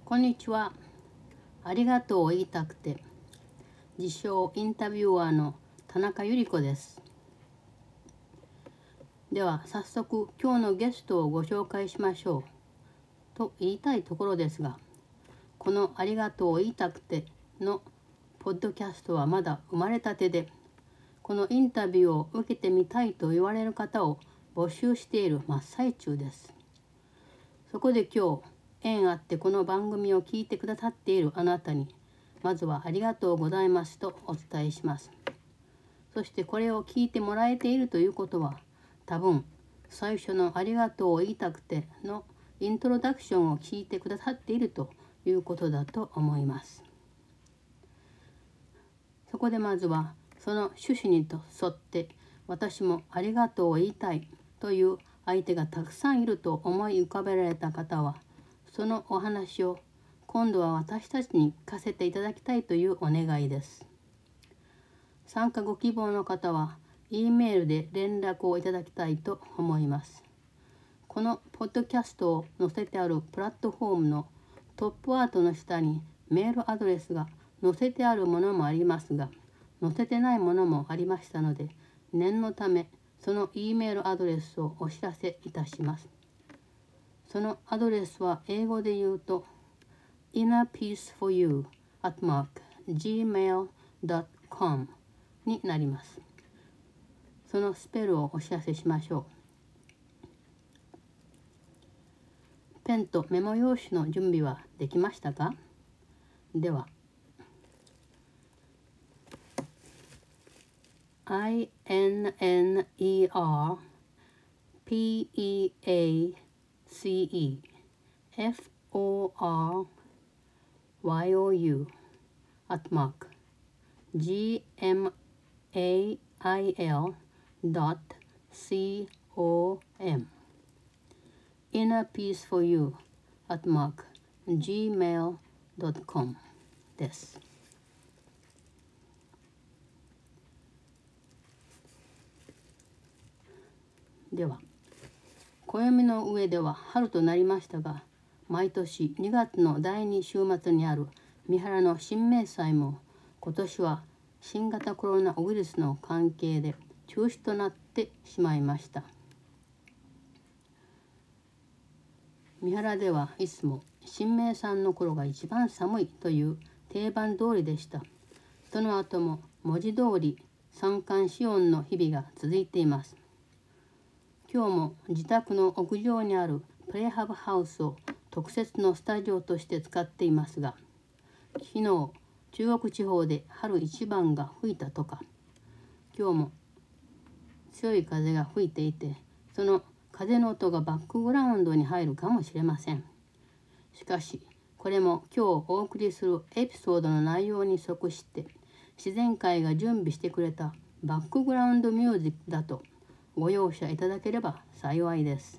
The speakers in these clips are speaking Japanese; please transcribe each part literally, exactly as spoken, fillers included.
こんにちは。ありがとうを言いたくて、自称インタビュアーの田中由里子です。では早速今日のゲストをご紹介しましょうと言いたいところですが、このありがとうを言いたくてのポッドキャストはまだ生まれたてで、このインタビューを受けてみたいと言われる方を募集している真っ最中です。そこで今日縁あってこの番組を聞いてくださっているあなたに、まずはありがとうございますとお伝えします。そしてこれを聞いてもらえているということは、多分最初のありがとうを言いたくてのイントロダクションを聞いてくださっているということだと思います。そこでまずはその趣旨にと沿って、私もありがとうを言いたいという相手がたくさんいると思い浮かべられた方は、そのお話を今度は私たちに聞かせていただきたいというお願いです。参加ご希望の方は E メールで連絡をいただきたいと思います。このポッドキャストを載せてあるプラットフォームのトップアートの下にメールアドレスが載せてあるものもありますが、載せてないものもありましたので、念のためその E メールアドレスをお知らせいたします。そのアドレスは英語で言うと イナーピースフォーユー アットマーク ジーメール ドット コム になります。そのスペルをお知らせしましょう。ペンとメモ用紙の準備はできましたか？では インナーピーエーシーイーエフオーアールワイオーユー アットマーク ジーエムエーアイエル ドット コム イナーピースフォーユー アットマーク ジーメール ドット コム です。では、暦の上では春となりましたが、毎年にがつのだいに週末にある三原の新明祭も今年は新型コロナウイルスの関係で中止となってしまいました。三原ではいつも新明さんの頃が一番寒いという定番通りでした。その後も文字通り三寒四温の日々が続いています。今日も自宅の屋上にあるプレイハブハウスを特設のスタジオとして使っていますが、昨日中国地方で春一番が吹いたとか、今日も強い風が吹いていて、その風の音がバックグラウンドに入るかもしれません。しかしこれも今日お送りするエピソードの内容に即して自然界が準備してくれたバックグラウンドミュージックだとご容赦いただければ幸いです。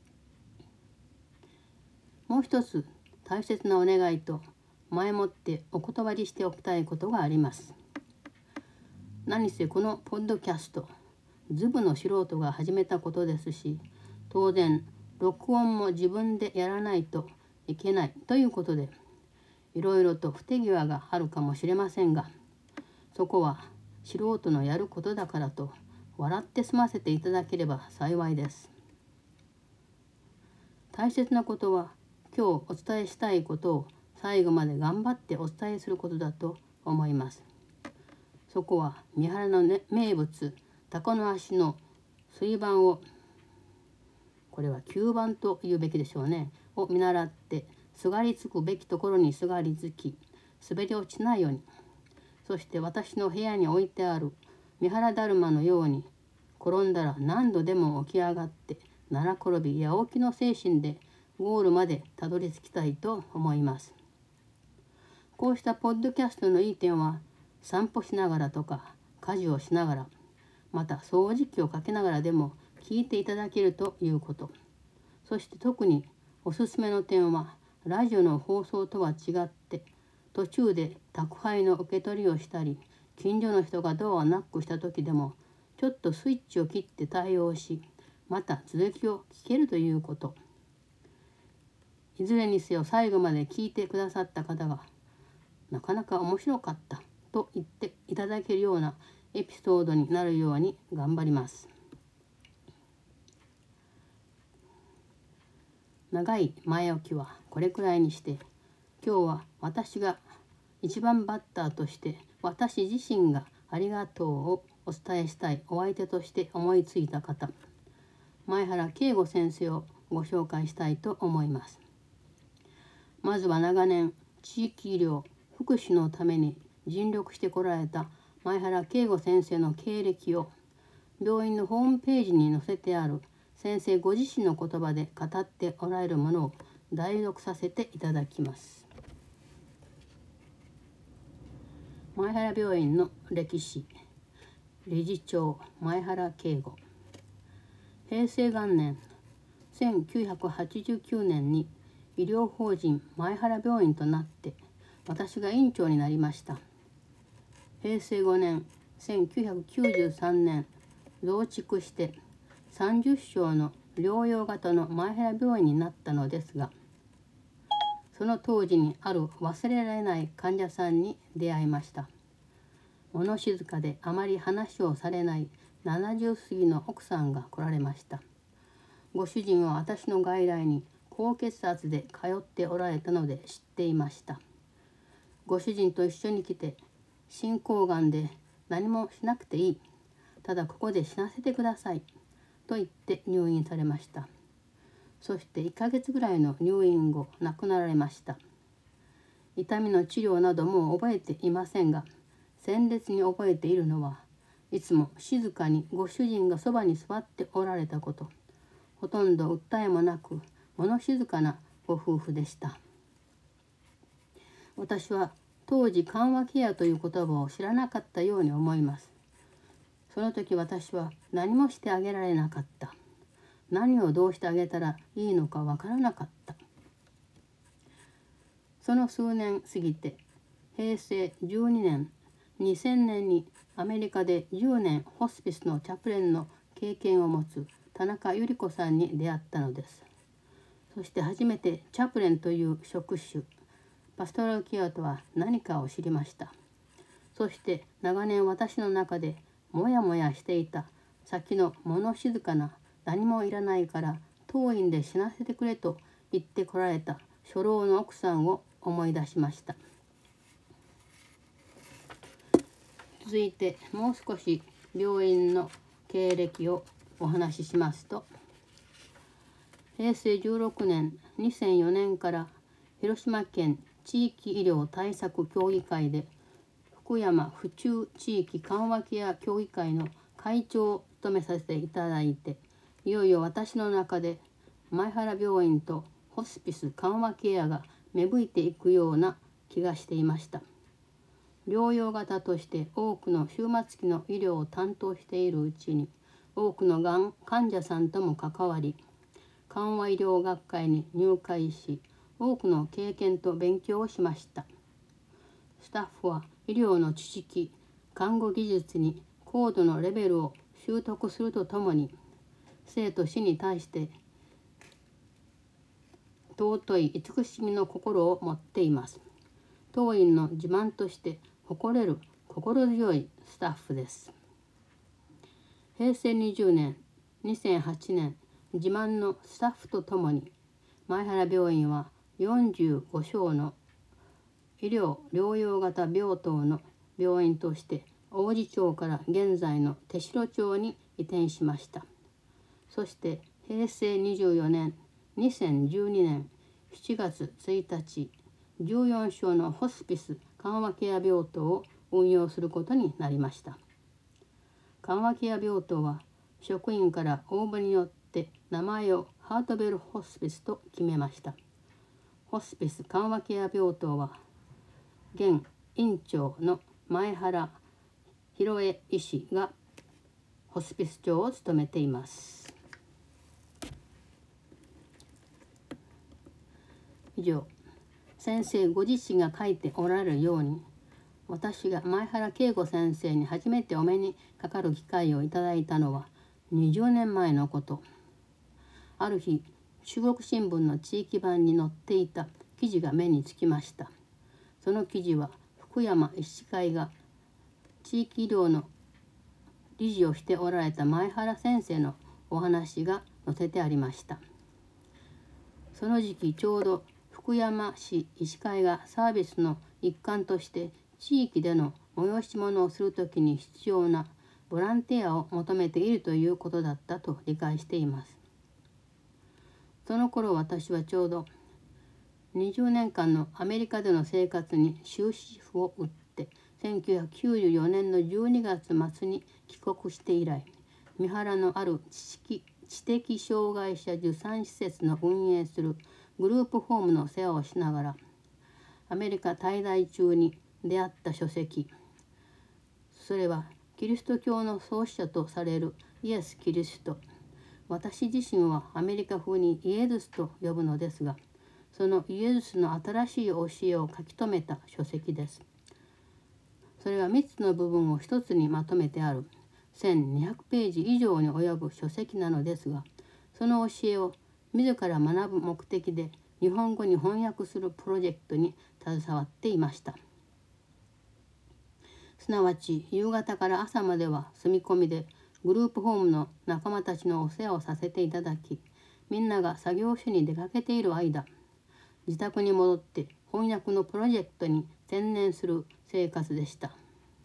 もう一つ大切なお願いと前もってお断りしておきたいことがあります。何せこのポッドキャスト、ズブの素人が始めたことですし、当然録音も自分でやらないといけないということで、いろいろと不手際があるかもしれませんが、そこは素人のやることだからと笑って済ませていただければ幸いです。大切なことは今日お伝えしたいことを最後まで頑張ってお伝えすることだと思います。そこは三原の、ね、名物タコの足の水盤を、これは吸盤と言うべきでしょうね、を見習ってすがりつくべきところにすがりつき、滑り落ちないように、そして私の部屋に置いてある三原だるまのように転んだら何度でも起き上がって奈良転び八起きの精神でゴールまでたどり着きたいと思います。こうしたポッドキャストのいい点は、散歩しながらとか家事をしながら、また掃除機をかけながらでも聞いていただけるということ。そして特におすすめの点は、ラジオの放送とは違って途中で宅配の受け取りをしたり、近所の人がドアをナックした時でもちょっとスイッチを切って対応し、また続きを聞けるということ。 いずれにせよ最後まで聞いてくださった方がなかなか面白かったと言っていただけるようなエピソードになるように頑張ります。長い前置きはこれくらいにして、今日は私が一番バッターとして私自身がありがとうをお伝えしたいお相手として思いついた方、前原圭吾先生をご紹介したいと思います。まずは長年地域医療福祉のために尽力してこられた前原圭吾先生の経歴を病院のホームページに載せてある先生ご自身の言葉で語っておられるものを代読させていただきます。前原病院の歴史。理事長前原圭吾。平成元年せんきゅうひゃくはちじゅうきゅうねんに医療法人前原病院となって私が院長になりました。平成ごねんせんきゅうひゃくきゅうじゅうさんねん増築してさんじゅっしょうの療養型の前原病院になったのですが、その当時にある忘れられない患者さんに出会いました。物静かであまり話をされないななじゅう過ぎの奥さんが来られました。ご主人は私の外来に高血圧で通っておられたので知っていました。ご主人と一緒に来て、進行がんで何もしなくていい、ただここで死なせてくださいと言って入院されました。そしていっかげつぐらいの入院後亡くなられました。痛みの治療なども覚えていませんが、鮮烈に覚えているのはいつも静かにご主人がそばに座っておられたこと、ほとんど訴えもなく物静かなご夫婦でした。私は当時緩和ケアという言葉を知らなかったように思います。その時私は何もしてあげられなかった。何をどうしてあげたらいいのかわからなかった。その数年過ぎて平成じゅうにねんにせんねんにアメリカでじゅうねんホスピスのチャプレンの経験を持つ田中百合子さんに出会ったのです。そして初めてチャプレンという職種、パストラルケアとは何かを知りました。そして長年私の中でもやもやしていた先の物静かな何もいらないから当院で死なせてくれと言ってこられた初老の奥さんを思い出しました。続いてもう少し病院の経歴をお話ししますと、平成じゅうろくねんにせんよねんから広島県地域医療対策協議会で福山府中地域緩和ケア協議会の会長を務めさせていただいて、いよいよ私の中で前原病院とホスピス緩和ケアが芽吹いていくような気がしていました。療養型として多くの終末期の医療を担当しているうちに、多くのがん患者さんとも関わり、緩和医療学会に入会し、多くの経験と勉強をしました。スタッフは医療の知識、看護技術に高度のレベルを習得するとともに、生と死に対して尊い慈しみの心を持っています。当院の自慢として誇れる心強いスタッフです。平成にじゅうねん、にせんはちねん、自慢のスタッフとともに、前原病院はよんじゅうごしょうの医療療養型病棟の病院として王子町から現在の手代町に移転しました。そして平成にじゅうよねん、にせんじゅうにねんしちがつついたち、じゅうよんしょうのホスピス緩和ケア病棟を運用することになりました。緩和ケア病棟は職員から応募によって名前をハートベルホスピスと決めました。ホスピス緩和ケア病棟は現院長の前原博恵医師がホスピス長を務めています。以上、先生ご自身が書いておられるように、私が前原圭吾先生に初めてお目にかかる機会をいただいたのはにじゅうねんまえのこと。ある日、 中国新聞の地域版に載っていた記事が目につきました。その記事は福山医師会が地域医療の理事をしておられた前原先生のお話が載せてありました。その時期ちょうど福山市医師会がサービスの一環として地域での催し物をするときに必要なボランティアを求めているということだったと理解しています。その頃私はちょうどにじゅうねんかんのアメリカでの生活に終止符を打ってせんきゅうひゃくきゅうじゅうよねんのじゅうにがつ末に帰国して以来、三原のある知識知的障害者受産施設の運営するグループホームの世話をしながら、アメリカ滞在中に出会った書籍、それはキリスト教の創始者とされるイエス・キリスト、私自身はアメリカ風にイエズスと呼ぶのですが、そのイエズスの新しい教えを書き留めた書籍です。それはみっつの部分を一つにまとめてあるせんにひゃくページ以上に及ぶ書籍なのですが、その教えを自ら学ぶ目的で日本語に翻訳するプロジェクトに携わっていました。すなわち夕方から朝までは住み込みでグループホームの仲間たちのお世話をさせていただき、みんなが作業所に出かけている間、自宅に戻って翻訳のプロジェクトに専念する生活でした。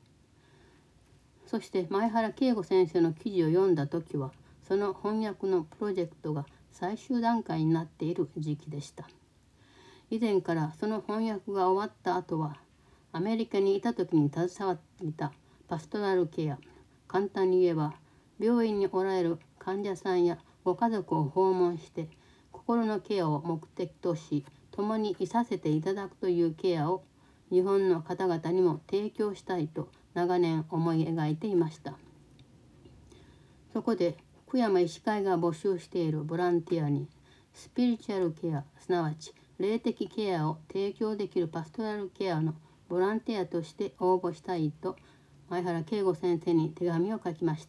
そして前原圭吾先生の記事を読んだ時は、その翻訳のプロジェクトが最終段階になっている時期でした。以前からその翻訳が終わった後は、アメリカにいた時に携わっていたパストラルケア、簡単に言えば病院におられる患者さんやご家族を訪問して心のケアを目的とし、共にいさせていただくというケアを日本の方々にも提供したいと長年思い描いていました。そこで福山医師会が募集しているボランティアにスピリチュアルケア、すなわち霊的ケアを提供できるパストラルケアのボランティアとして応募したいと前原圭吾先生に手紙を書きました。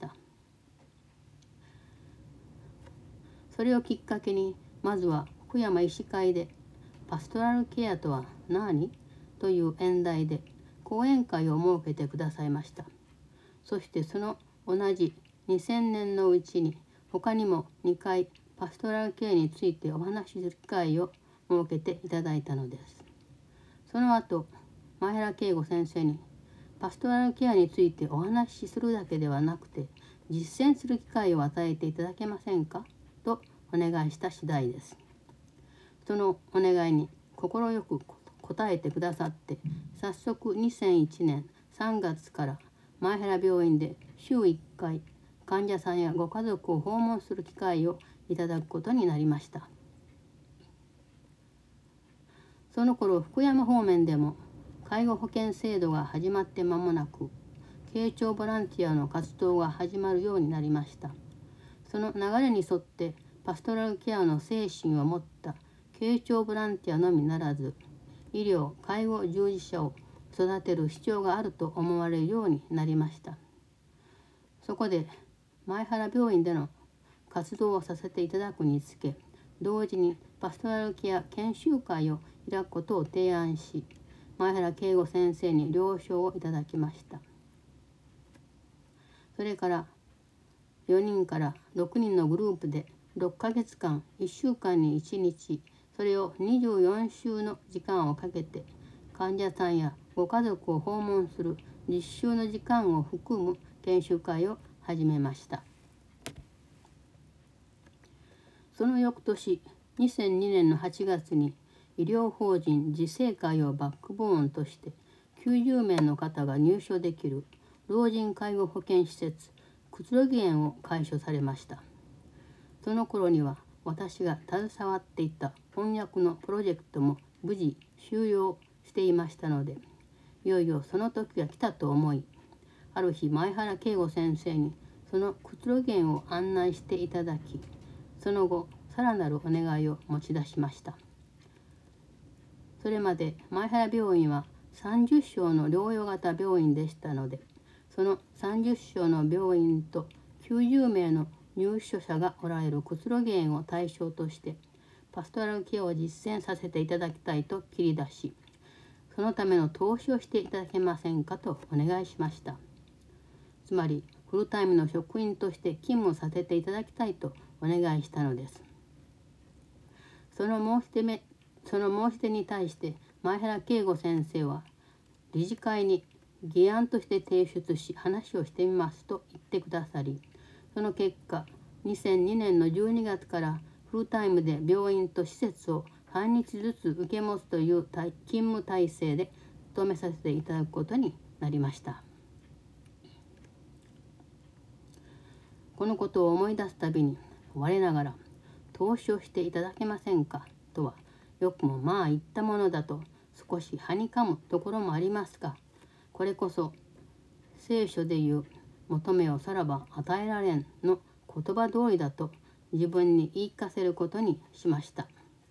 それをきっかけに、まずは福山医師会でパストラルケアとは何という演題で講演会を設けてくださいました。そしてその同じにせんねんのうちに他にもにかいパストラルケアについてお話しする機会を設けていただいたのです。その後、前原圭吾先生にパストラルケアについてお話しするだけではなくて実践する機会を与えていただけませんかとお願いした次第です。そのお願いに快く答えてくださって、早速にせんいちねんさんがつから前原病院で週いっかい患者さんやご家族を訪問する機会をいただくことになりました。その頃福山方面でも介護保険制度が始まって間もなく、慶長ボランティアの活動が始まるようになりました。その流れに沿ってパストラルケアの精神を持った慶長ボランティアのみならず、医療・介護従事者を育てる必要があると思われるようになりました。そこで前原病院での活動をさせていただくにつけ、同時にパストラルケア研修会を開くことを提案し、前原圭吾先生に了承をいただきました。それからよにんからろくにんのグループでろっかげつかん、いっしゅうかんにいちにち、それをにじゅうよんしゅうの時間をかけて患者さんやご家族を訪問する実習の時間を含む研修会を始めました。その翌年にせんにねんのはちがつに医療法人自生会をバックボーンとしてきゅうじゅうめいの方が入所できる老人介護保健施設くつろぎ園を開所されました。その頃には私が携わっていた翻訳のプロジェクトも無事終了していましたので、いよいよその時が来たと思い、ある日前原圭吾先生にそのくつろぎ園を案内していただき、その後さらなるお願いを持ち出しました。それまで前原病院はさんじゅっしょうの療養型病院でしたので、そのさんじゅっしょうの病院ときゅうじゅうめいの入所者がおられるくつろぎ園を対象としてパストラルケアを実践させていただきたいと切り出し、そのための投資をしていただけませんかとお願いしました。つまりフルタイムの職員として勤務させていただきたいとお願いしたのです。その申し出めその申し出に対して前原圭吾先生は理事会に議案として提出し話をしてみますと言ってくださり、その結果にせんにねんのじゅうにがつからフルタイムで病院と施設を半日ずつ受け持つという勤務体制で務めさせていただくことになりました。このことを思い出すたびに我ながら投資をしていただけませんかとはよくもまあ言ったものだと少しはにかむところもありますが、これこそ聖書でいう求めをさらば与えられんの言葉通りだと自分に言い聞かせることにしました。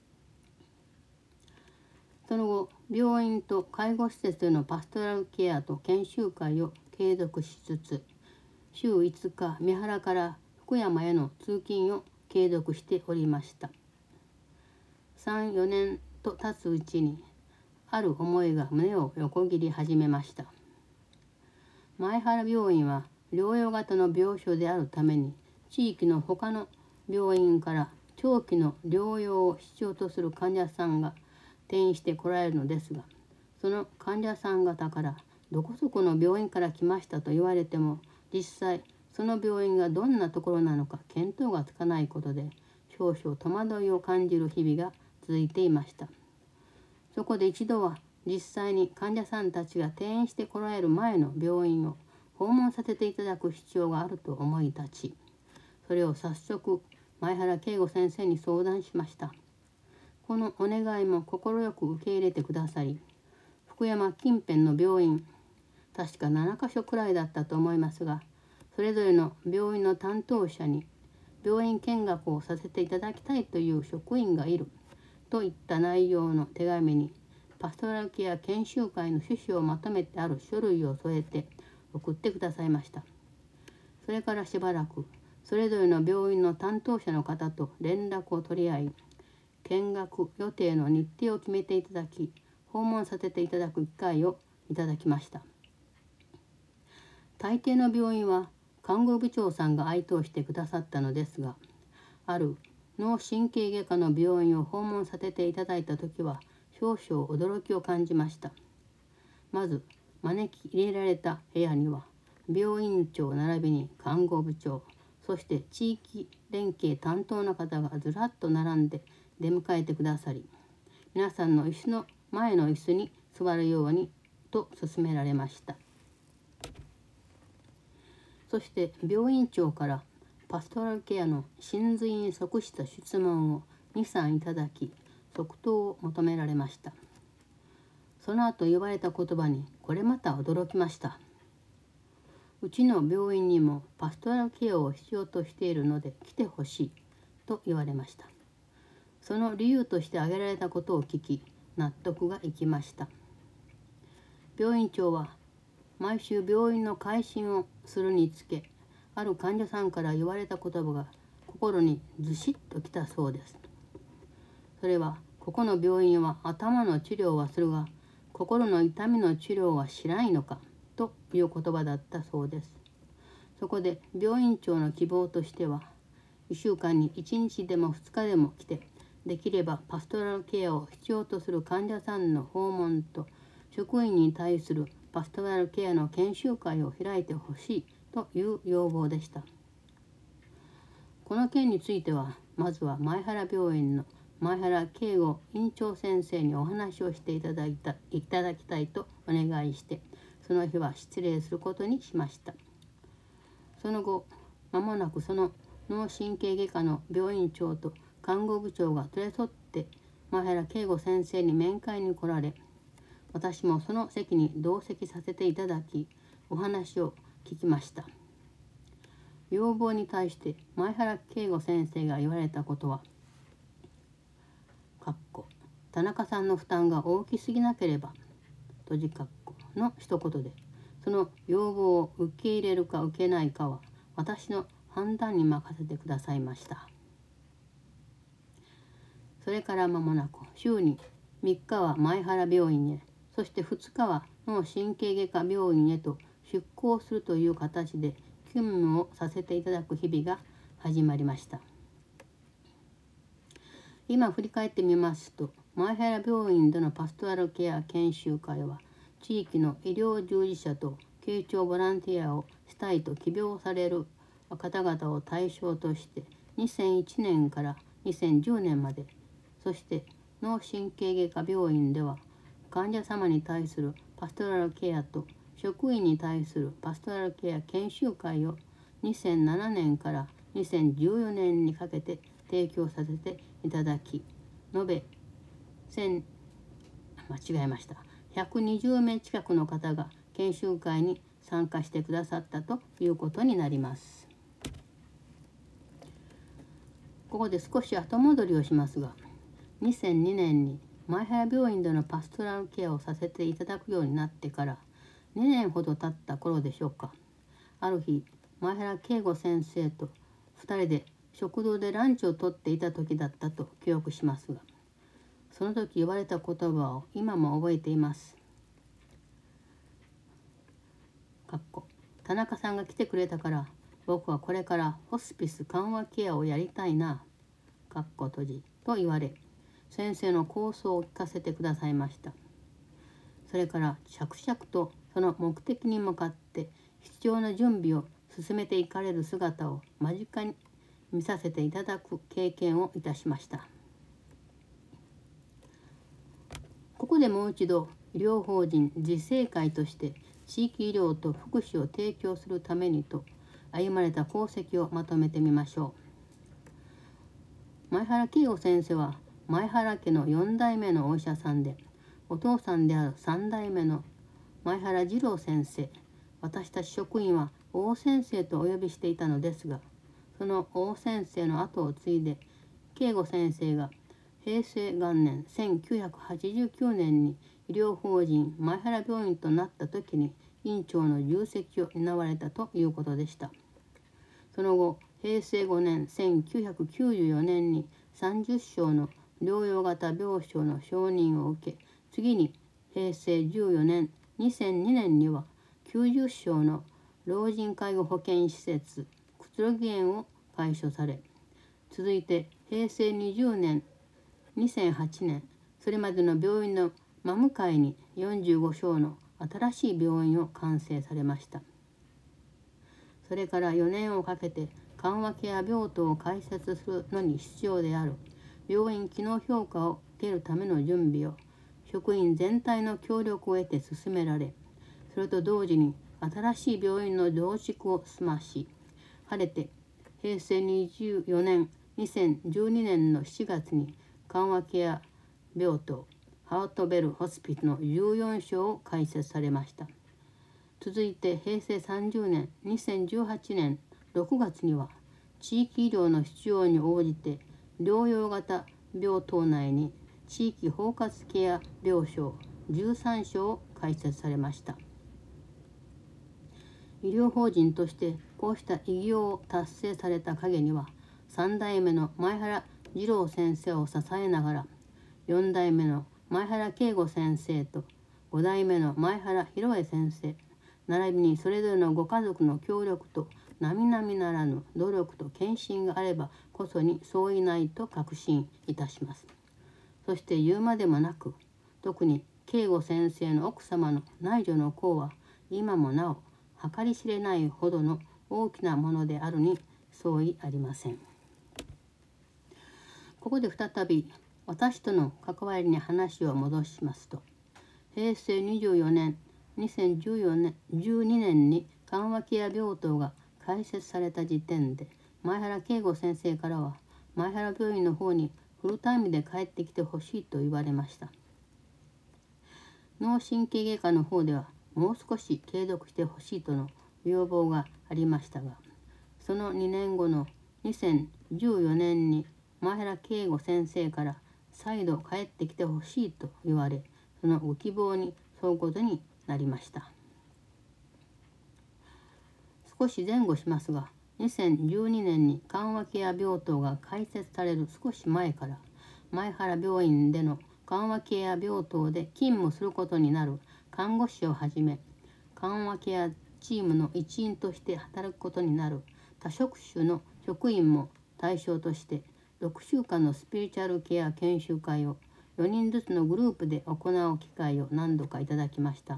その後、病院と介護施設でのパストラルケアと研修会を継続しつつ、週いつか三原から福山への通勤を継続しておりました。さん、よねんと経つうちに、ある思いが胸を横切り始めました。前原病院は療養型の病床であるために、地域の他の病院から長期の療養を必要とする患者さんが転院してこられるのですが、その患者さん方からどこそこの病院から来ましたと言われても、実際その病院がどんなところなのか見当がつかないことで少々戸惑いを感じる日々が続いていました。そこで一度は実際に患者さんたちが転院してこられる前の病院を訪問させていただく必要があると思い立ち、それを早速前原圭吾先生に相談しました。このお願いも快く受け入れてくださり、福山近辺の病院、確かななかしょくらいだったと思いますが、それぞれの病院の担当者に病院見学をさせていただきたいという職員がいるといった内容の手紙に、パストラルケア研修会の趣旨をまとめてある書類を添えて送ってくださいました。それからしばらくそれぞれの病院の担当者の方と連絡を取り合い、見学予定の日程を決めていただき、訪問させていただく機会をいただきました。大抵の病院は看護部長さんが相当してくださったのですが、ある脳神経外科の病院を訪問させていただいた時は少々驚きを感じました。まず招き入れられた部屋には病院長並びに看護部長、そして地域連携担当の方がずらっと並んで出迎えてくださり、皆さんの椅子の前の椅子に座るようにと勧められました。そして病院長からパストラルケアの真髄に即した質問をに、さんいただき、即答を求められました。その後言われた言葉にこれまた驚きました。うちの病院にもパストラルケアを必要としているので来てほしいと言われました。その理由として挙げられたことを聞き、納得がいきました。病院長は毎週病院の回診をするにつけ、ある患者さんから言われた言葉が心にずしっときたそうです。それは、ここの病院は頭の治療はするが心の痛みの治療はしないのかという言葉だったそうです。そこで病院長の希望としては、いっしゅうかんにいちにちでもふつかでも来て、できればパストラルケアを必要とする患者さんの訪問と職員に対するパストラルケアの研修会を開いてほしいという要望でした。この件については、まずは前原病院の前原圭吾院長先生にお話をしていただいたいただきたいとお願いして、その日は失礼することにしました。その後、間もなくその脳神経外科の病院長と看護部長が連れ添って前原圭吾先生に面会に来られ、私もその席に同席させていただき、お話を聞きました。要望に対して前原圭吾先生が言われたことは、かっこ田中さんの負担が大きすぎなければ閉じかっこの一言で、その要望を受け入れるか受けないかは私の判断に任せてくださいました。そそれから間もなく週にみっかは前原病院へ、そしてふつかは脳神経外科病院へと出向するという形で勤務をさせていただく日々が始まりました。今振り返ってみますと、前原病院でのパストラルケア研修会は地域の医療従事者と慶長ボランティアをしたいと希望される方々を対象としてにせんいちねんからにせんじゅうねんまで、そして脳神経外科病院では患者様に対するパストラルケアと職員に対するパストラルケア研修会をにせんななねんからにせんじゅうよねんにかけて提供させていただき、延べせん間違えましたひゃくにじゅうめい近くの方が研修会に参加してくださったということになります。ここで少し後戻りをしますが、にせんにねんに前原病院でのパストラルケアをさせていただくようになってからにねんほど経った頃でしょうか。ある日、前原圭吾先生とふたりで食堂でランチをとっていた時だったと記憶しますが、その時言われた言葉を今も覚えています。かっこ田中さんが来てくれたから僕はこれからホスピス緩和ケアをやりたいな、かっこ閉じと言われ、先生の構想を聞かせてくださいました。それから着々とその目的に向かって必要な準備を進めていかれる姿を間近に見させていただく経験をいたしました。ここでもう一度医療法人自生会として地域医療と福祉を提供するためにと歩まれた功績をまとめてみましょう。前原圭吾先生は前原家のよんだいめのお医者さんで、お父さんであるさんだいめの前原二郎先生、私たち職員は王先生とお呼びしていたのですが、その王先生の後を継いで圭吾先生が平成元年せんきゅうひゃくはちじゅうきゅうねんに医療法人前原病院となった時に院長の重責を担われたということでした。その後、平成ごねんせんきゅうひゃくきゅうじゅうよねんにさんじゅっしょうの療養型病床の承認を受け、次に平成じゅうよねんにせんにねんにはきゅうじゅっしょうの老人介護保健施設くつろぎ園を開所され、続いて平成にじゅうねんにせんはちねん、それまでの病院の真向かいによんじゅうごしょうの新しい病院を完成されました。それからよねんをかけて緩和ケア病棟を開設するのに必要である病院機能評価を受けるための準備を職員全体の協力を得て進められ、それと同時に新しい病院の増築を済まし、晴れて平成にじゅうよねんにせんじゅうにねんのしちがつに緩和ケア病棟ハートベルホスピスのじゅうよんしょうを開設されました。続いて平成さんじゅうねんにせんじゅうはちねんろくがつには地域医療の必要に応じて療養型病棟内に地域包括ケア病床じゅうさんしょうを開設されました。医療法人としてこうした偉業を達成された陰には、さんだいめの前原二郎先生を支えながら、よんだいめの前原圭吾先生とごだいめの前原博恵先生、並びにそれぞれのご家族の協力と並々ならぬ努力と献身があればこそに相違ないと確信いたします。そして言うまでもなく、特に圭吾先生の奥様の内助の功は今もなお計り知れないほどの大きなものであるに相違ありません。ここで再び私との関わりに話を戻しますと、平成にじゅうよねんにせんじゅうよねんじゅうにねんに緩和ケア病棟が開設された時点で、前原圭吾先生からは前原病院の方にフルタイムで帰ってきてほしいと言われました。脳神経外科の方ではもう少し継続してほしいとの要望がありましたが、そのにねんごのにせんじゅうよねんに前原圭吾先生から再度帰ってきてほしいと言われ、そのご希望に沿うことになりました。少し前後しますが、にせんじゅうにねんに緩和ケア病棟が開設される少し前から前原病院での緩和ケア病棟で勤務することになる看護師をはじめ、緩和ケアチームの一員として働くことになる多職種の職員も対象としてろくしゅうかんのスピリチュアルケア研修会をよにんずつのグループで行う機会を何度かいただきました。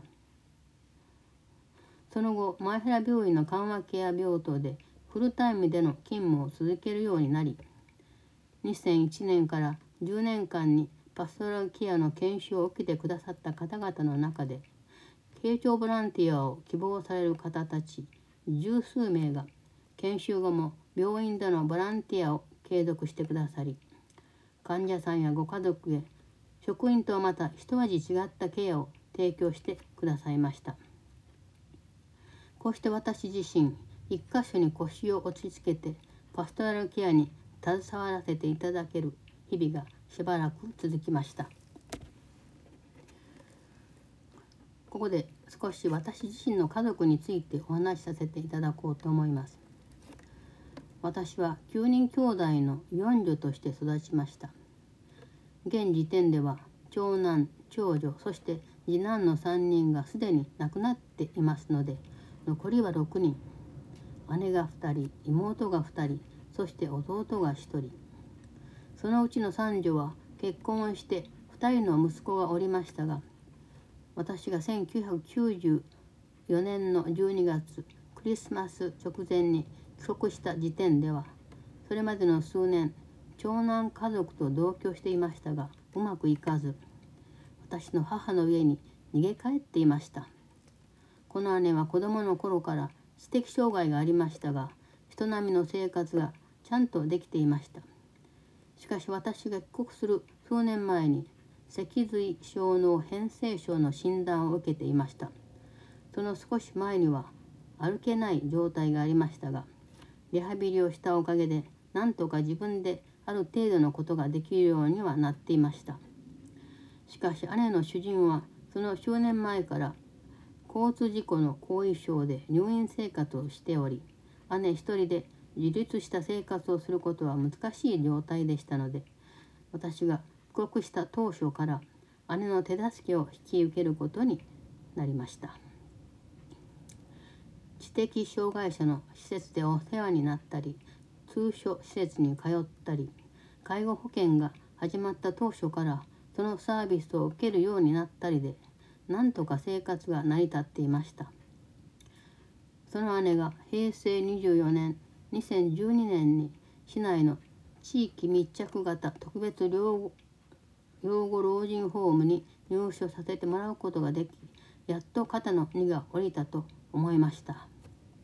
その後、前原病院の緩和ケア病棟でフルタイムでの勤務を続けるようになり、にせんいちねんからじゅうねんかんにパストラルケアの研修を受けてくださった方々の中で、慶長ボランティアを希望される方たち十数名が研修後も病院でのボランティアを継続してくださり、患者さんやご家族へ職員とはまた一味違ったケアを提供してくださいました。こうして私自身一箇所に腰を落ち着けてパストラルケアに携わらせていただける日々がしばらく続きました。ここで少し私自身の家族についてお話しさせていただこうと思います。私はきゅうにん兄弟の四女として育ちました。現時点では長男、長女、そして次男のさんにんがすでに亡くなっていますので、残りはろくにん、姉がふたり、妹がふたり、そして弟がひとり。そのうちの三女は結婚をしてふたりの息子がおりましたが、私がせんきゅうひゃくきゅうじゅうよねんのじゅうにがつ、クリスマス直前に帰国した時点では、それまでの数年、長男家族と同居していましたが、うまくいかず、私の母の家に逃げ帰っていました。この姉は子供の頃から知的障害がありましたが、人並みの生活がちゃんとできていました。しかし私が帰国する数年前に、脊髄小脳変性症の診断を受けていました。その少し前には歩けない状態がありましたが、リハビリをしたおかげでなんとか自分である程度のことができるようにはなっていました。しかし姉の主人はその数年前から交通事故の後遺症で入院生活をしており、姉一人で自立した生活をすることは難しい状態でしたので、私が帰国した当初から姉の手助けを引き受けることになりました。知的障害者の施設でお世話になったり、通所施設に通ったり、介護保険が始まった当初からそのサービスを受けるようになったりで、なんとか生活が成り立っていました。その姉がへいせいにじゅうよねん、にせんじゅうにねんに市内の地域密着型特別養護老人ホームに入所させてもらうことができ、やっと肩の荷が下りたと思いました。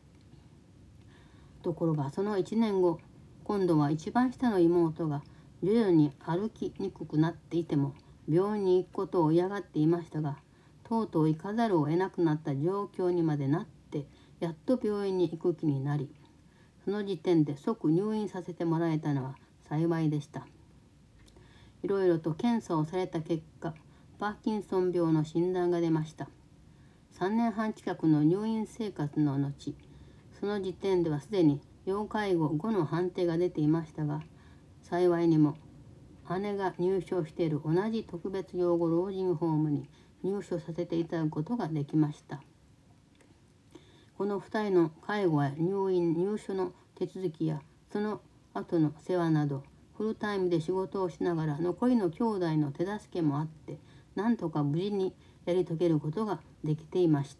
ところがそのいちねんご、今度は一番下の妹が徐々に歩きにくくなっていても病院に行くことを嫌がっていましたが、とうとう行かざるを得なくなった状況にまでなって、やっと病院に行く気になり、その時点で即入院させてもらえたのは幸いでした。いろいろと検査をされた結果、パーキンソン病の診断が出ました。さんねんはん近くの入院生活の後、その時点ではすでに要介護ごの判定が出ていましたが、幸いにも姉が入所している同じ特別養護老人ホームに入所させていただくことができました。このふたりの介護や入院入所の手続きやその後の世話など、フルタイムで仕事をしながら残りの兄弟の手助けもあって、なんとか無事にやり遂げることができていました。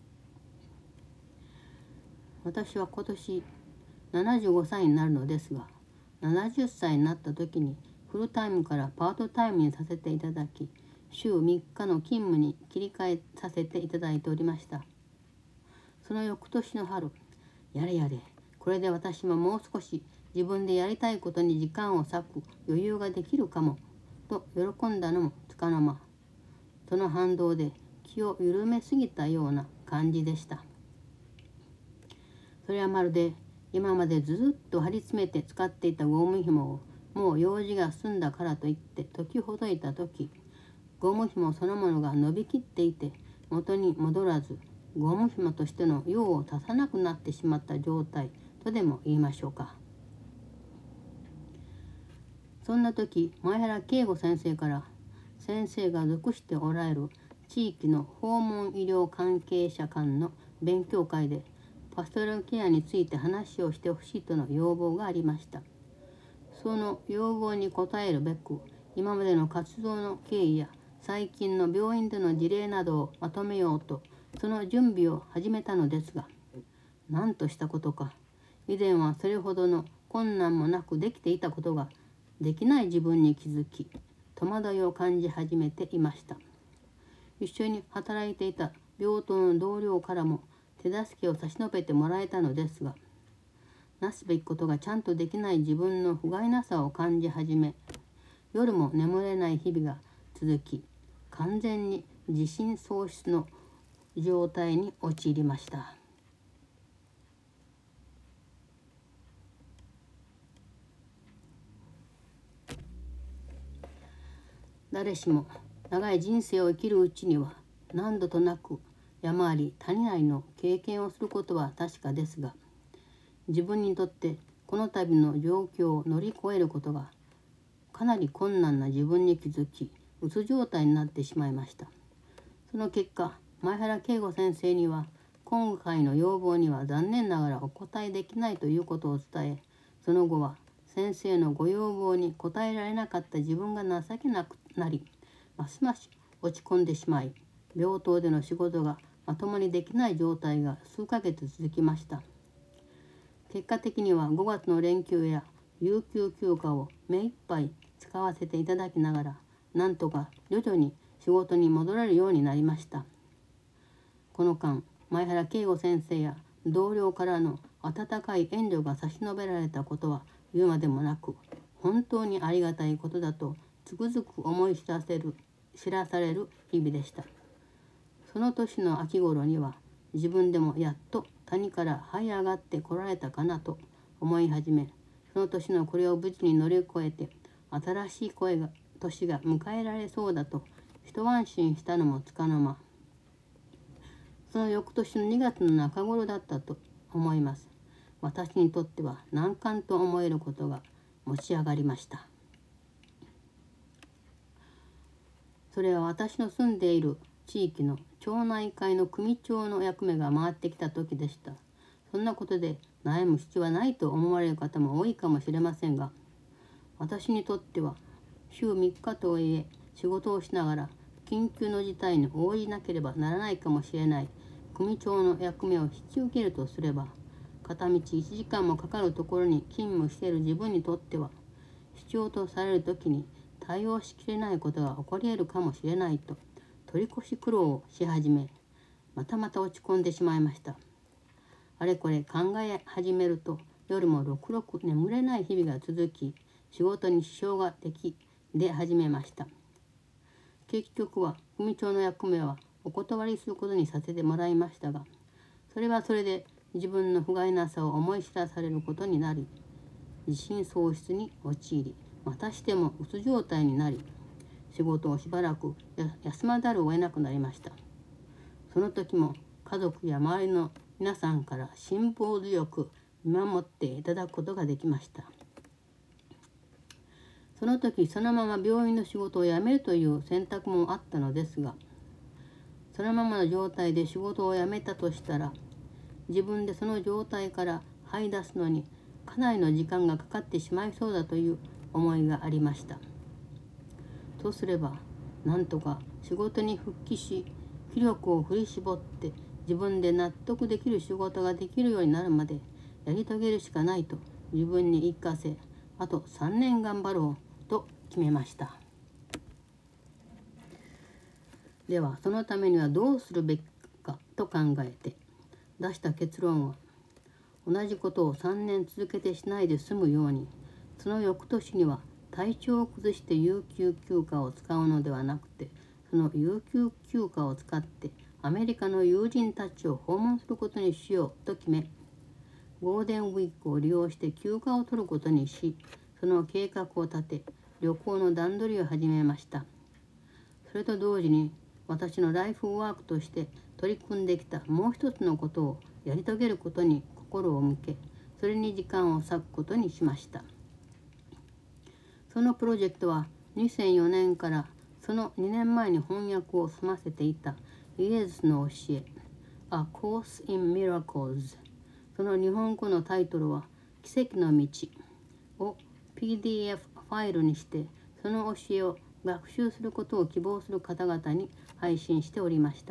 私は今年ななじゅうごさいになるのですが、ななじゅっさいになった時にフルタイムからパートタイムにさせていただき、週みっかの勤務に切り替えさせていただいておりました。その翌年の春、やれやれ、これで私ももう少し自分でやりたいことに時間を割く余裕ができるかもと喜んだのもつかの間、その反動で気を緩めすぎたような感じでした。それはまるで今までずっと張り詰めて使っていたゴム紐をもう用事が済んだからといって解きほどいた時、ゴム紐そのものが伸びきっていて元に戻らず、ゴム紐としての用を足さなくなってしまった状態とでも言いましょうか。 そんな時、前原圭吾先生から先生が属しておられる地域の訪問医療関係者間の勉強会でパストラルケアについて話をしてほしいとの要望がありました。その要望に応えるべく、今までの活動の経緯や最近の病院での事例などをまとめようとその準備を始めたのですが、何としたことか、以前はそれほどの困難もなくできていたことができない自分に気づき、戸惑いを感じ始めていました。一緒に働いていた病棟の同僚からも手助けを差し伸べてもらえたのですが、なすべきことがちゃんとできない自分の不甲斐なさを感じ始め、夜も眠れない日々が続き、完全に自信喪失の状態に陥りました。誰しも長い人生を生きるうちには何度となく山あり谷ありの経験をすることは確かですが、自分にとってこの度の状況を乗り越えることがかなり困難な自分に気づき、うつ状態になってしまいました。その結果、前原圭吾先生には今回の要望には残念ながらお答えできないということを伝え、その後は先生のご要望に応えられなかった自分が情けなくなり、ますます落ち込んでしまい、病棟での仕事がまともにできない状態が数ヶ月続きました。結果的にはごがつの連休や有給休暇を目いっぱい使わせていただきながら、なんとか徐々に仕事に戻れるようになりました。この間、前原圭吾先生や同僚からの温かい援助が差し伸べられたことは言うまでもなく、本当にありがたいことだとつくづく思い知らせる知らされる日々でした。その年の秋頃には自分でもやっと谷から這い上がってこられたかなと思い始め、その年のこれを無事に乗り越えて新しい声が年が迎えられそうだと一安心したのもつかの間、その翌年のにがつの中頃だったと思います。私にとっては難関と思えることが持ち上がりました。それは私の住んでいる地域の町内会の組長の役目が回ってきた時でした。そんなことで悩む必要はないと思われる方も多いかもしれませんが、私にとっては週みっかとはいえ仕事をしながら緊急の事態に応じなければならないかもしれない組長の役目を引き受けるとすれば、片道いちじかんもかかるところに勤務している自分にとっては、必要とされる時に対応しきれないことが起こり得るかもしれないと取り越し苦労をし始め、またまた落ち込んでしまいました。あれこれ考え始めると夜もろくろく眠れない日々が続き、仕事に支障ができ出始めました。結局は組長の役目はお断りすることにさせてもらいましたが、それはそれで自分の不甲斐なさを思い知らされることになり、自信喪失に陥り、またしてもうつ状態になり、仕事をしばらく休まざるを得なくなりました。その時も家族や周りの皆さんから辛抱強く見守っていただくことができました。その時そのまま病院の仕事を辞めるという選択もあったのですが、そのままの状態で仕事を辞めたとしたら、自分でその状態から這い出すのにかなりの時間がかかってしまいそうだという思いがありました。とすれば、なんとか仕事に復帰し、気力を振り絞って自分で納得できる仕事ができるようになるまでやり遂げるしかないと自分に言い聞かせ、あとさんねん頑張ろうと決めました。ではそのためにはどうするべきかと考えて出した結論は、同じことをさんねん続けてしないで済むように、その翌年には体調を崩して有給休暇を使うのではなくて、その有給休暇を使ってアメリカの友人たちを訪問することにしようと決め、ゴールデンウィークを利用して休暇を取ることにし、その計画を立て旅行の段取りを始めました。それと同時に私のライフワークとして取り組んできたもう一つのことをやり遂げることに心を向け、それに時間を割くことにしました。そそのプロジェクトはにせんよねんからそのにねんまえに翻訳を済ませていたイエズスの教え A Course in Miracles、 その日本語のタイトルは奇跡の道を ピーディーエフ ファイルにしてその教えを学習することを希望する方々に配信しておりました。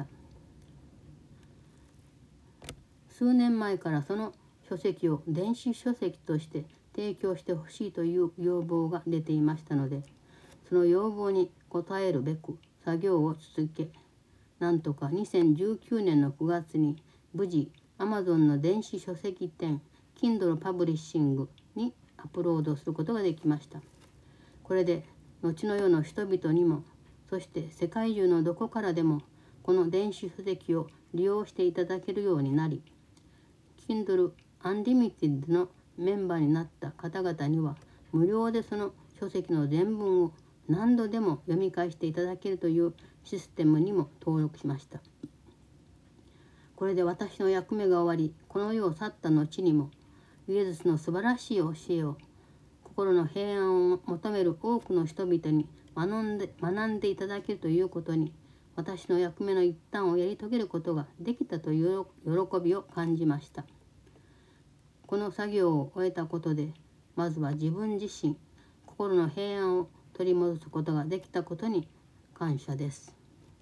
数年前からその書籍を電子書籍として提供してほしいという要望が出ていましたので、その要望に応えるべく作業を続け、なんとかにせんじゅうきゅうねんのくがつに無事 Amazon の電子書籍店 Kindle パブリッシングにアップロードすることができました。これで後の世の人々にも、そして世界中のどこからでもこの電子書籍を利用していただけるようになり、Kindle Unlimited のメンバーになった方々には無料でその書籍の全文を何度でも読み返していただけるというシステムにも登録しました。これで私の役目が終わり、この世を去った後にもイエズスの素晴らしい教えを心の平安を求める多くの人々に学んで学んでいただけるということに、私の役目の一端をやり遂げることができたという喜びを感じました。この作業を終えたことで、まずは自分自身、心の平安を取り戻すことができたことに感謝です。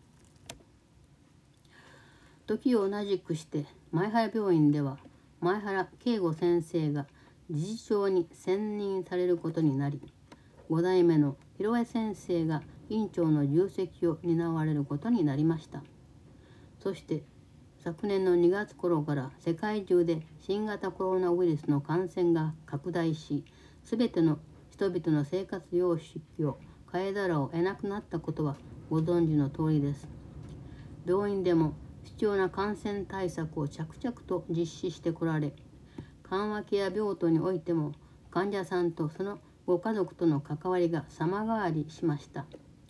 時を同じくして前原病院では前原圭吾先生が理事長に選任されることになり、ご代目の広江先生が院長の重責を担われることになりました。そして昨年のにがつ頃から世界中で新型コロナウイルスの感染が拡大し、すべての人々の生活様式を変えざるを得なくなったことはご存知の通りです。病院でも必要な感染対策を着々と実施してこられ、緩和ケア病棟においても患者さんとそのご家族との関わりが様変わりしました。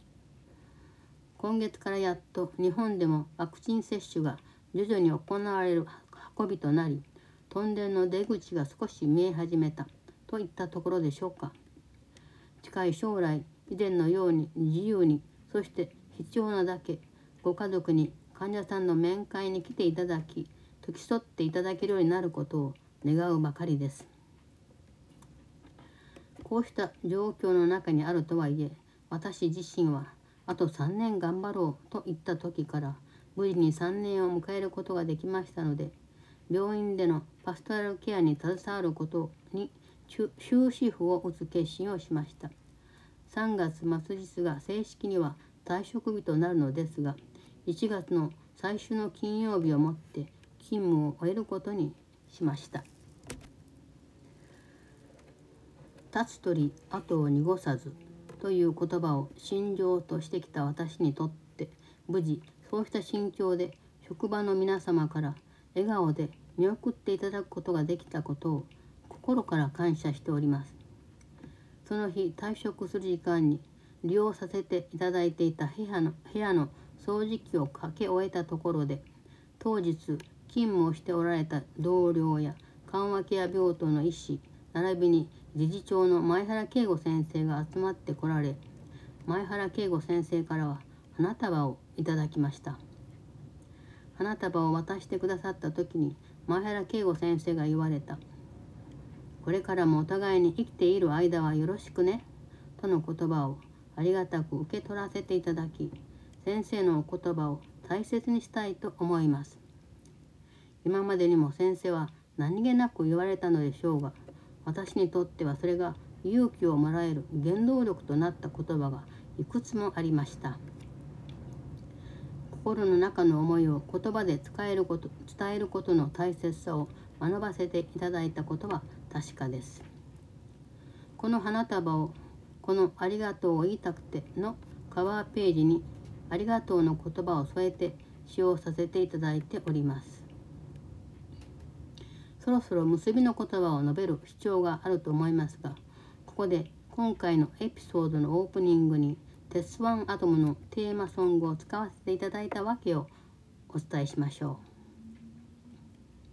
今月からやっと日本でもワクチン接種が徐々に行われる運びとなり、トンネルの出口が少し見え始めたといったところでしょうか。近い将来、以前のように自由に、そして必要なだけご家族に患者さんの面会に来ていただき、付き添っていただけるようになることを願うばかりです。こうした状況の中にあるとはいえ、私自身はあとさんねん頑張ろうと言った時から無事にさんねんを迎えることができましたので、病院でのパストラルケアに携わることに終止符を打つ決心をしました。さんがつ末日が正式には退職日となるのですが、いちがつの最終の金曜日をもって勤務を終えることにしました。立つ鳥後を濁さずという言葉を信条としてきた私にとって、無事そうした心境で職場の皆様から笑顔で見送っていただくことができたことを心から感謝しております。その日退職する時間に利用させていただいていた部屋の部屋の掃除機をかけ終えたところで、当日勤務をしておられた同僚や緩和ケア病棟の医師並びに理事長の前原圭吾先生が集まってこられ、前原圭吾先生からは花束をいただきました。花束を渡してくださった時に前原圭吾先生が言われた。これからもお互いに生きている間はよろしくねとの言葉をありがたく受け取らせていただき、先生のお言葉を大切にしたいと思います。今までにも先生は何気なく言われたのでしょうが、私にとってはそれが勇気をもらえる原動力となった言葉がいくつもありました。心の中の思いを言葉で伝えること、伝えることの大切さを学ばせていただいたことは確かです。この花束を、このありがとうを言いたくてのカバーページにありがとうの言葉を添えて使用させていただいております。そろそろ結びの言葉を述べる必要があると思いますが、ここで今回のエピソードのオープニングに鉄腕アトムのテーマソングを使わせていただいたわけをお伝えしましょ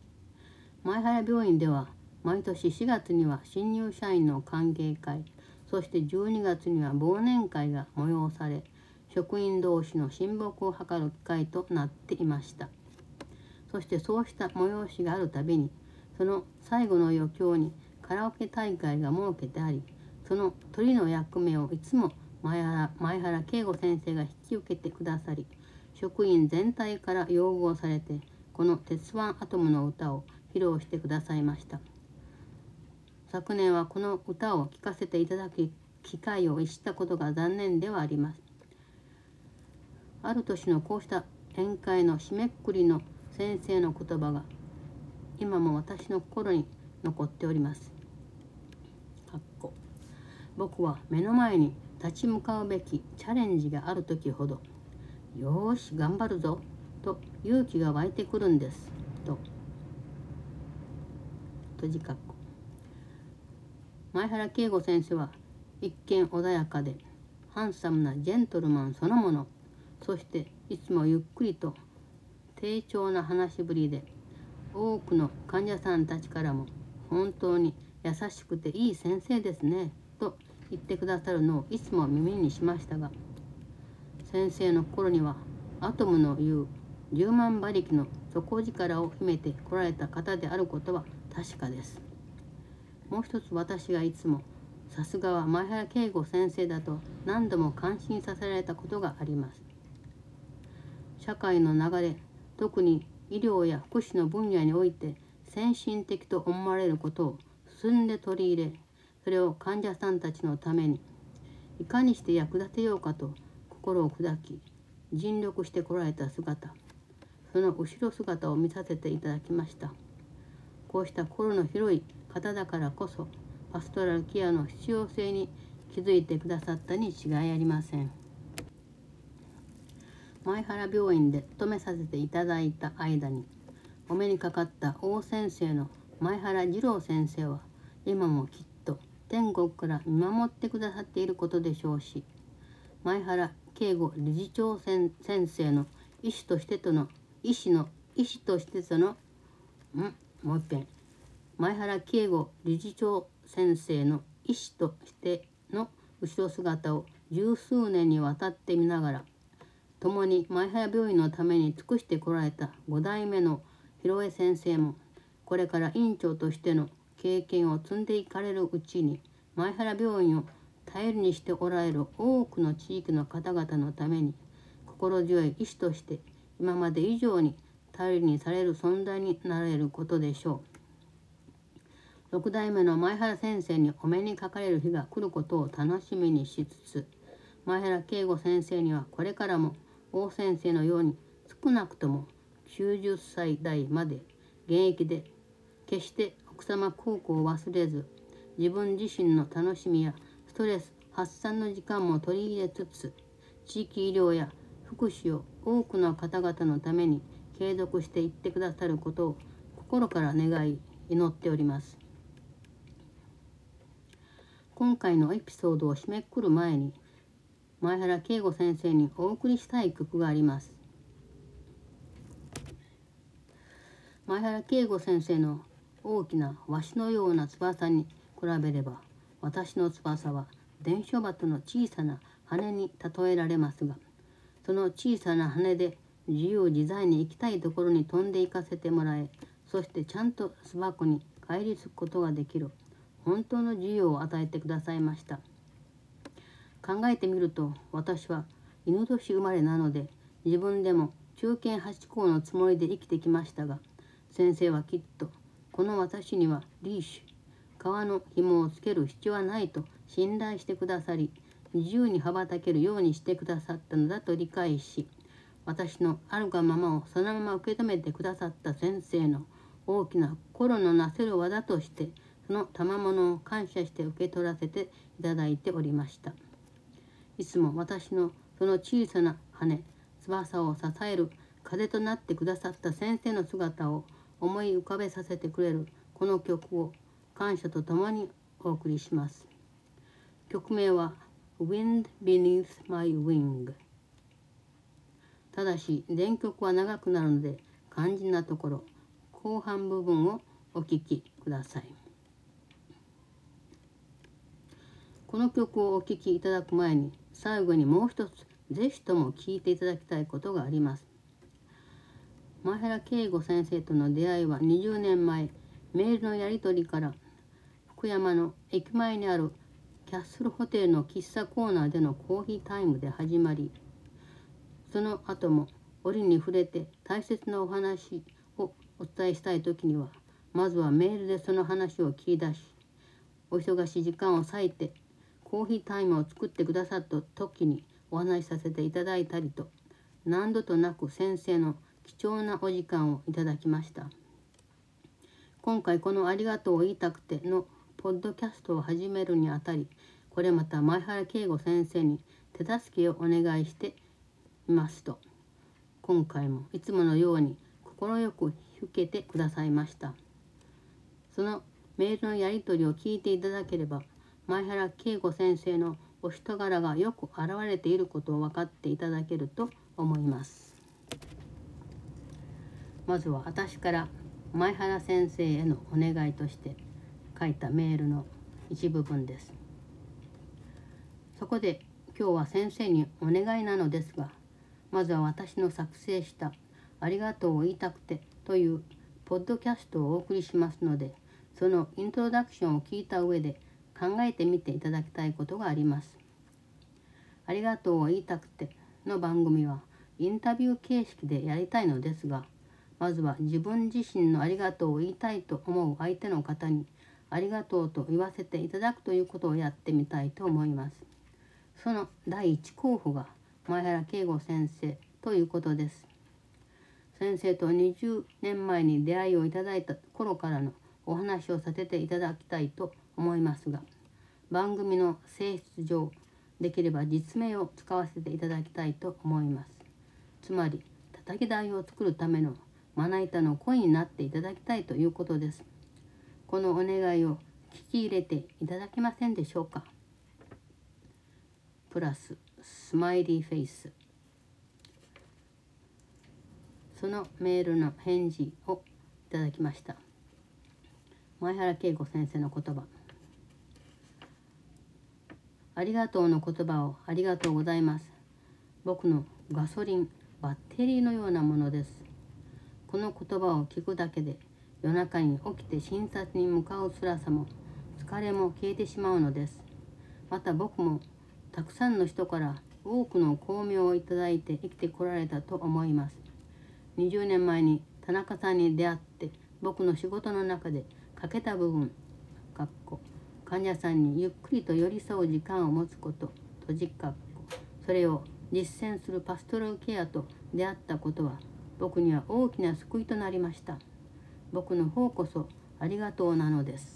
う。前原病院では毎年しがつには新入社員の歓迎会、 そしてじゅうにがつには忘年会が催され、職員同士の親睦を図る機会となっていました。そしてそうした催しがあるたびに、その最後の余興にカラオケ大会が設けてあり、その鳥の役目をいつも前原前原圭吾先生が引き受けてくださり、職員全体から要望されて、この鉄腕アトムの歌を披露してくださいました。昨年はこの歌を聴かせていただく機会を逸したことが残念ではあります。ある年のこうした宴会の締めくくりの先生の言葉が今も私の心に残っております。かっこ僕は目の前に立ち向かうべきチャレンジがある時ほど、よーし頑張るぞと勇気が湧いてくるんですと。閉じかっこ。前原圭吾先生は一見穏やかでハンサムなジェントルマンそのもの、そしていつもゆっくりと丁重な話しぶりで、多くの患者さんたちからも本当に優しくていい先生ですねと言ってくださるのをいつも耳にしましたが、先生の心にはアトムの言う十万馬力の底力を秘めてこられた方であることは確かです。もう一つ私がいつもさすがは前原圭吾先生だと何度も感心させられたことがあります。社会の流れ、特に医療や福祉の分野において先進的と思われることを進んで取り入れ、それを患者さんたちのためにいかにして役立てようかと心を砕き尽力してこられた姿、その後ろ姿を見させていただきました。こうした心の広い方だからこそパストラルケアの必要性に気づいてくださったに違いありません。前原病院で勤めさせていただいた間にお目にかかった王先生の前原二郎先生は今もきっと天国から見守ってくださっていることでしょうし、前原圭吾理事長先生の医師としてとの医師の医師としてとのんもう一遍前原圭吾理事長先生の医師としての後ろ姿を十数年にわたって見ながら、共に前原病院のために尽くしてこられたご代目の広江先生も、これから院長としての経験を積んでいかれるうちに、前原病院を頼りにしておられる多くの地域の方々のために、心強い医師として今まで以上に頼りにされる存在になれることでしょう。六代目の前原先生にお目にかかれる日が来ることを楽しみにしつつ、前原圭吾先生にはこれからも王先生のように少なくともきゅうじゅっさい代まで現役で決して奥様孝行を忘れず、自分自身の楽しみやストレス発散の時間も取り入れつつ、地域医療や福祉を多くの方々のために継続していってくださることを心から願い祈っております。今回のエピソードを締めくくる前に、前原圭吾先生にお送りしたい曲があります。前原圭吾先生の大きなわしのような翼に比べれば、私の翼は伝書鳩の小さな羽に例えられますが、その小さな羽で自由自在に行きたいところに飛んで行かせてもらえ、そしてちゃんと巣箱に帰り着くことができる本当の自由を与えてくださいました。考えてみると、私は犬年生まれなので自分でも中堅八公のつもりで生きてきましたが、先生はきっとこの私にはリーシュ、革の紐をつける必要はないと信頼してくださり、自由に羽ばたけるようにしてくださったのだと理解し、私のあるがままをそのまま受け止めてくださった先生の大きな心のなせる技として、その賜物を感謝して受け取らせていただいておりました。いつも私のその小さな羽、翼を支える風となってくださった先生の姿を思い浮かべさせてくれるこの曲を感謝とともにお送りします。曲名は Wind Beneath My Wing。 ただし全曲は長くなるので肝心なところ後半部分をお聴きください。 この曲をお聴きいただく前に、最後にもう一つぜひとも聴いていただきたいことがあります。前原圭吾先生との出会いはにじゅうねんまえ、メールのやり取りから福山の駅前にあるキャッスルホテルの喫茶コーナーでのコーヒータイムで始まり、その後も折に触れて大切なお話をお伝えしたいときには、まずはメールでその話を切り出し、お忙しい時間を割いてコーヒータイムを作ってくださった時にお話しさせていただいたりと、何度となく先生の貴重なお時間をいただきました。今回このありがとうを言いたくてのポッドキャストを始めるにあたり、これまた前原圭吾先生に手助けをお願いしていますと、今回もいつものように快く受けてくださいました。そのメールのやり取りを聞いていただければ、前原圭吾先生のお人柄がよく現れていることを分かっていただけると思います。まずは私から前原先生へのお願いとして書いたメールの一部分です。そこで今日は先生にお願いなのですが、まずは私の作成したありがとうを言いたくてというポッドキャストをお送りしますので、そのイントロダクションを聞いた上で考えてみていただきたいことがあります。ありがとうを言いたくての番組はインタビュー形式でやりたいのですが、まずは自分自身のありがとうを言いたいと思う相手の方にありがとうと言わせていただくということをやってみたいと思います。その第一候補が前原圭吾先生ということです。先生とにじゅうねんまえに出会いをいただいた頃からのお話をさせていただきたいと思いますが、番組の性質上できれば実名を使わせていただきたいと思います。つまり叩き台を作るためのまな板の声になっていただきたいということです。このお願いを聞き入れていただけませんでしょうか。プラススマイリーフェイス。そのメールの返事をいただきました。前原圭吾先生の言葉。ありがとうの言葉をありがとうございます。僕のガソリン、バッテリーのようなものです。この言葉を聞くだけで夜中に起きて診察に向かう辛さも疲れも消えてしまうのです。また僕もたくさんの人から多くの光明をいただいて生きてこられたと思います。にじゅうねんまえに田中さんに出会って僕の仕事の中で欠けた部分、かっこ患者さんにゆっくりと寄り添う時間を持つこと、閉じかっこそれを実践するパストラルケアと出会ったことは僕には大きな救いとなりました。僕の方こそありがとうなのです。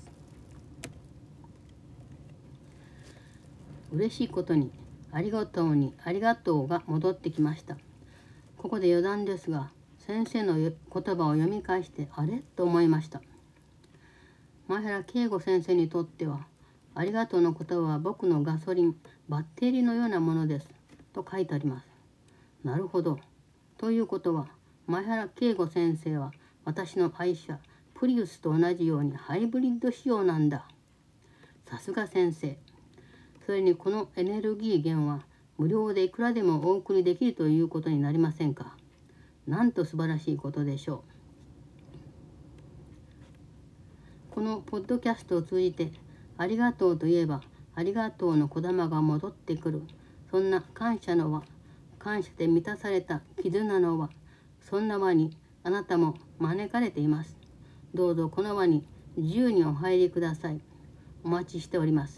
嬉しいことにありがとうにありがとうが戻ってきました。ここで余談ですが、先生の言葉を読み返してあれと思いました。前原圭吾先生にとってはありがとうの言葉は僕のガソリン、バッテリーのようなものですと書いてあります。なるほど。ということは前原圭吾先生は私の愛車プリウスと同じようにハイブリッド仕様なんだ。さすが先生。それにこのエネルギー源は無料でいくらでもお送りできるということになりませんか。なんと素晴らしいことでしょう。このポッドキャストを通じてありがとうといえばありがとうのこだまが戻ってくる、そんな感謝の輪、感謝で満たされた絆の輪、そんな輪にあなたも招かれています。どうぞこの輪に自由にお入りください。お待ちしております。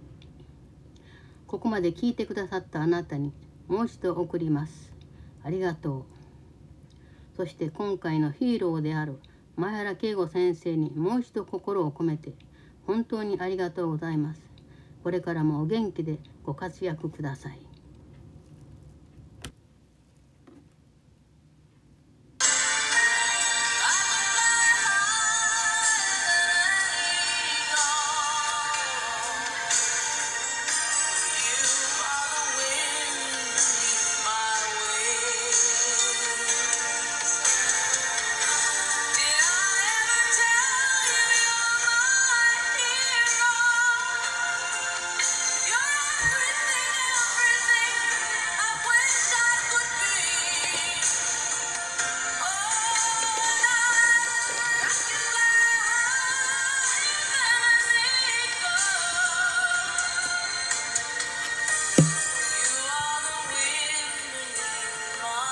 ここまで聞いてくださったあなたにもう一度送ります。ありがとう。そして今回のヒーローである前原圭吾先生にもう一度心を込めて本当にありがとうございます。これからもお元気でご活躍ください。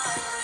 ー